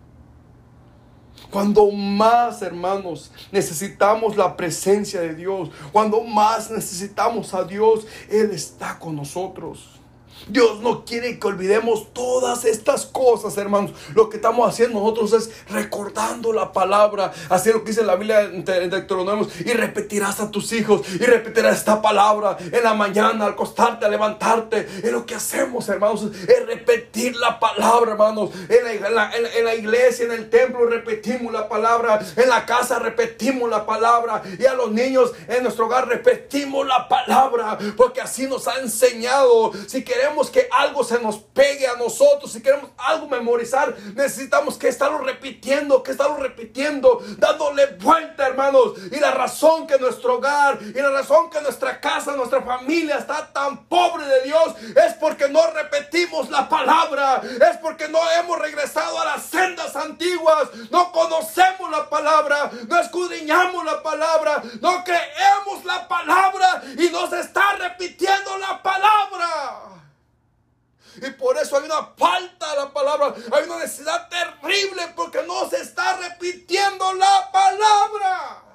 Cuando más, hermanos, necesitamos la presencia de Dios, cuando más necesitamos a Dios, Él está con nosotros. Dios no quiere que olvidemos todas estas cosas, hermanos. Lo que estamos haciendo nosotros es recordando la palabra. Así es lo que dice la Biblia en Deuteronomio. Y repetirás a tus hijos y repetirás esta palabra en la mañana, al acostarte, al levantarte. Es lo que hacemos, hermanos, es repetir la palabra, hermanos. En la iglesia, en el templo repetimos la palabra. En la casa repetimos la palabra. Y a los niños en nuestro hogar repetimos la palabra. Porque así nos ha enseñado. Si queremos que algo se nos pegue a nosotros, si queremos algo memorizar, necesitamos que estarlo repitiendo, dándole vuelta, hermanos. Y la razón que nuestro hogar y la razón que nuestra casa, nuestra familia está tan pobre de Dios es porque no repetimos la palabra, es porque no hemos regresado a las sendas antiguas, no conocemos la palabra, no escudriñamos la palabra, no creemos la palabra y nos está repitiendo la palabra. Y por eso hay una falta de la palabra. Hay una necesidad terrible porque no se está repitiendo la palabra.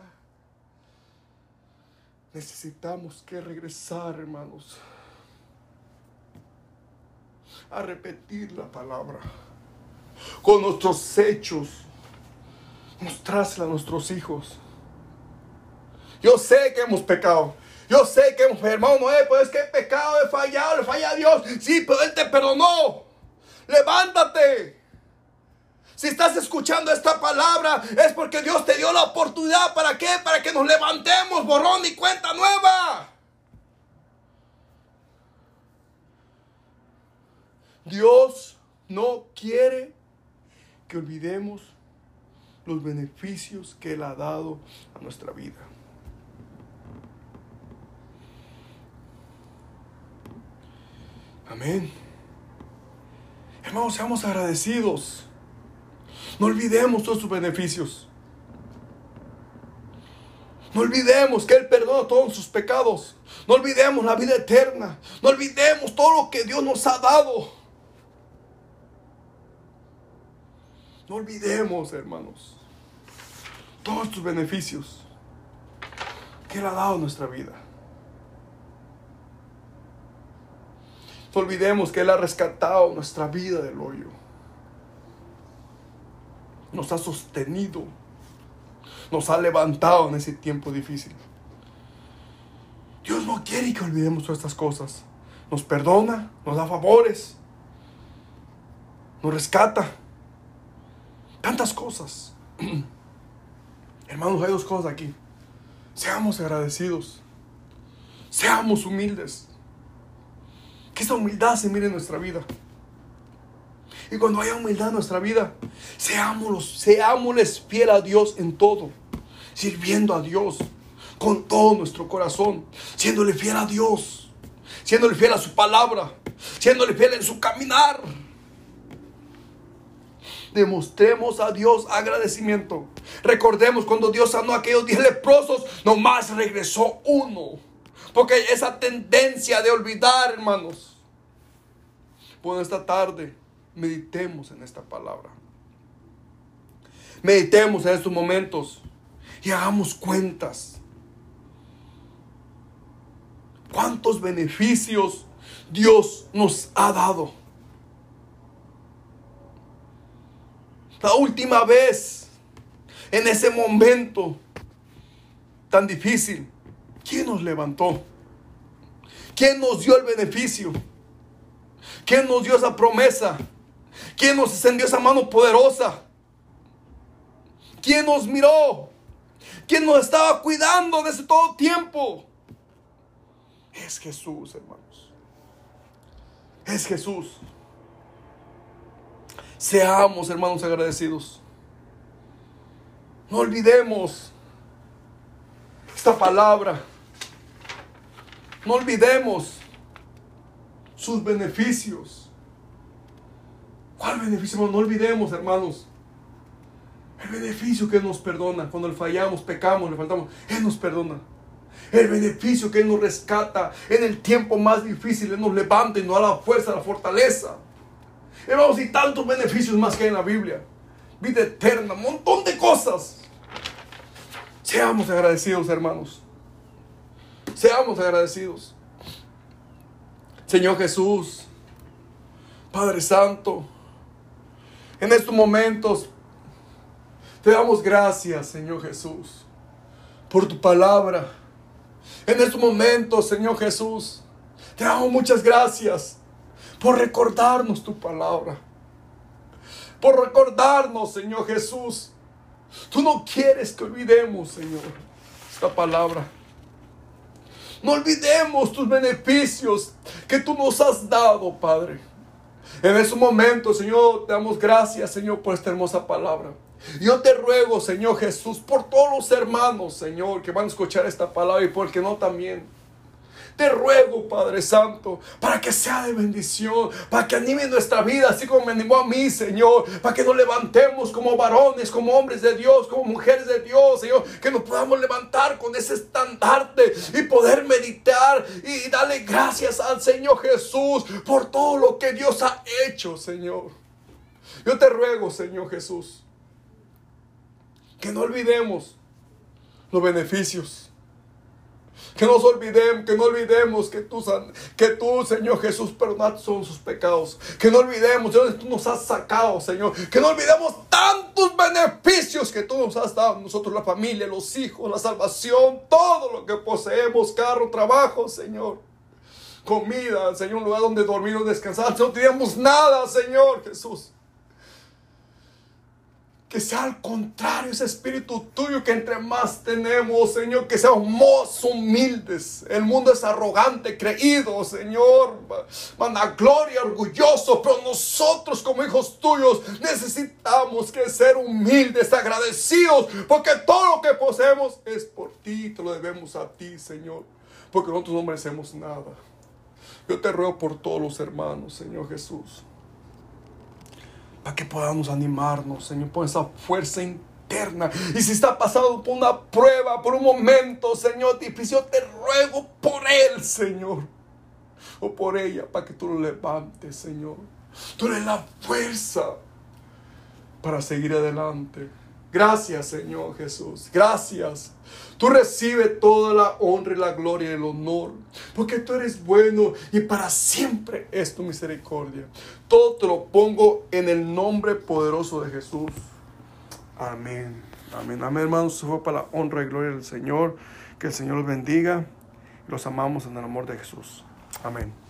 Necesitamos que regresar, hermanos, a repetir la palabra. Con nuestros hechos, mostrársela a nuestros hijos. Yo sé que hemos pecado. Yo sé que, hermano Noé, pues es que he pecado, he fallado, le falla a Dios. Sí, pero Él te perdonó. Levántate. Si estás escuchando esta palabra, es porque Dios te dio la oportunidad. ¿Para qué? Para que nos levantemos, borrón y cuenta nueva. Dios no quiere que olvidemos los beneficios que Él ha dado a nuestra vida. Amén. Hermanos, seamos agradecidos. No olvidemos todos sus beneficios. No olvidemos que Él perdona todos sus pecados. No olvidemos la vida eterna. No olvidemos todo lo que Dios nos ha dado. No olvidemos, hermanos, todos sus beneficios que Él ha dado a nuestra vida. No olvidemos que Él ha rescatado nuestra vida del hoyo. Nos ha sostenido. Nos ha levantado en ese tiempo difícil. Dios no quiere que olvidemos todas estas cosas. Nos perdona, nos da favores, nos rescata. Tantas cosas. Hermanos, hay dos cosas aquí. Seamos agradecidos. Seamos humildes. Que esa humildad se mire en nuestra vida. Y cuando haya humildad en nuestra vida, seámosles fiel a Dios en todo. Sirviendo a Dios con todo nuestro corazón. Siéndole fiel a Dios. Siéndole fiel a su palabra. Siéndole fiel en su caminar. Demostremos a Dios agradecimiento. Recordemos cuando Dios sanó a aquellos 10 leprosos, nomás regresó uno. Porque hay esa tendencia de olvidar, hermanos. Bueno, esta tarde meditemos en esta palabra. Meditemos en estos momentos y hagamos cuentas. ¿Cuántos beneficios Dios nos ha dado? La última vez, en ese momento tan difícil, ¿quién nos levantó? ¿Quién nos dio el beneficio? ¿Quién nos dio esa promesa? ¿Quién nos extendió esa mano poderosa? ¿Quién nos miró? ¿Quién nos estaba cuidando desde todo tiempo? Es Jesús, hermanos. Es Jesús. Seamos, hermanos, agradecidos. No olvidemos esta palabra. No olvidemos sus beneficios. ¿Cuál beneficio? No olvidemos, hermanos, el beneficio que Él nos perdona. Cuando le fallamos, pecamos, le faltamos, Él nos perdona. El beneficio que Él nos rescata en el tiempo más difícil. Él nos levanta y nos da la fuerza, la fortaleza. Hermanos, y tantos beneficios más que hay en la Biblia. Vida eterna, un montón de cosas. Seamos agradecidos, hermanos. Seamos agradecidos. Señor Jesús, Padre Santo, en estos momentos te damos gracias, Señor Jesús, por tu palabra. En estos momentos, Señor Jesús, te damos muchas gracias por recordarnos tu palabra. Por recordarnos, Señor Jesús. Tú no quieres que olvidemos, Señor, esta palabra. No olvidemos tus beneficios que tú nos has dado, Padre. En estos momentos, Señor, te damos gracias, Señor, por esta hermosa palabra. Yo te ruego, Señor Jesús, por todos los hermanos, Señor, que van a escuchar esta palabra y por el que no también. Te ruego, Padre Santo, para que sea de bendición, para que anime nuestra vida, así como me animó a mí, Señor, para que nos levantemos como varones, como hombres de Dios, como mujeres de Dios, Señor, que nos podamos levantar con ese estandarte y poder meditar y darle gracias al Señor Jesús por todo lo que Dios ha hecho, Señor. Yo te ruego, Señor Jesús, que no olvidemos los beneficios. Que no olvidemos que tú, Señor Jesús, perdonaste son sus pecados. Que no olvidemos de donde tú nos has sacado, Señor. Que no olvidemos tantos beneficios que tú nos has dado. Nosotros, la familia, los hijos, la salvación, todo lo que poseemos, carro, trabajo, Señor. Comida, Señor, un lugar donde dormir o descansar. No teníamos nada, Señor Jesús. Que sea al contrario ese espíritu tuyo que entre más tenemos, Señor, que seamos más humildes. El mundo es arrogante, creído, Señor, vanagloria, orgulloso, pero nosotros como hijos tuyos necesitamos que ser humildes, agradecidos, porque todo lo que poseemos es por ti, te lo debemos a ti, Señor, porque nosotros no merecemos nada. Yo te ruego por todos los hermanos, Señor Jesús, para que podamos animarnos, Señor, por esa fuerza interna. Y si está pasando por una prueba, por un momento, Señor, difícil, yo te ruego por él, Señor, o por ella, para que tú lo levantes, Señor. Tú le das la fuerza para seguir adelante. Gracias, Señor Jesús. Gracias. Tú recibes toda la honra y la gloria y el honor, porque tú eres bueno y para siempre es tu misericordia. Todo te lo pongo en el nombre poderoso de Jesús. Amén. Amén. Amén, hermanos. Eso fue para la honra y gloria del Señor. Que el Señor los bendiga. Los amamos en el amor de Jesús. Amén.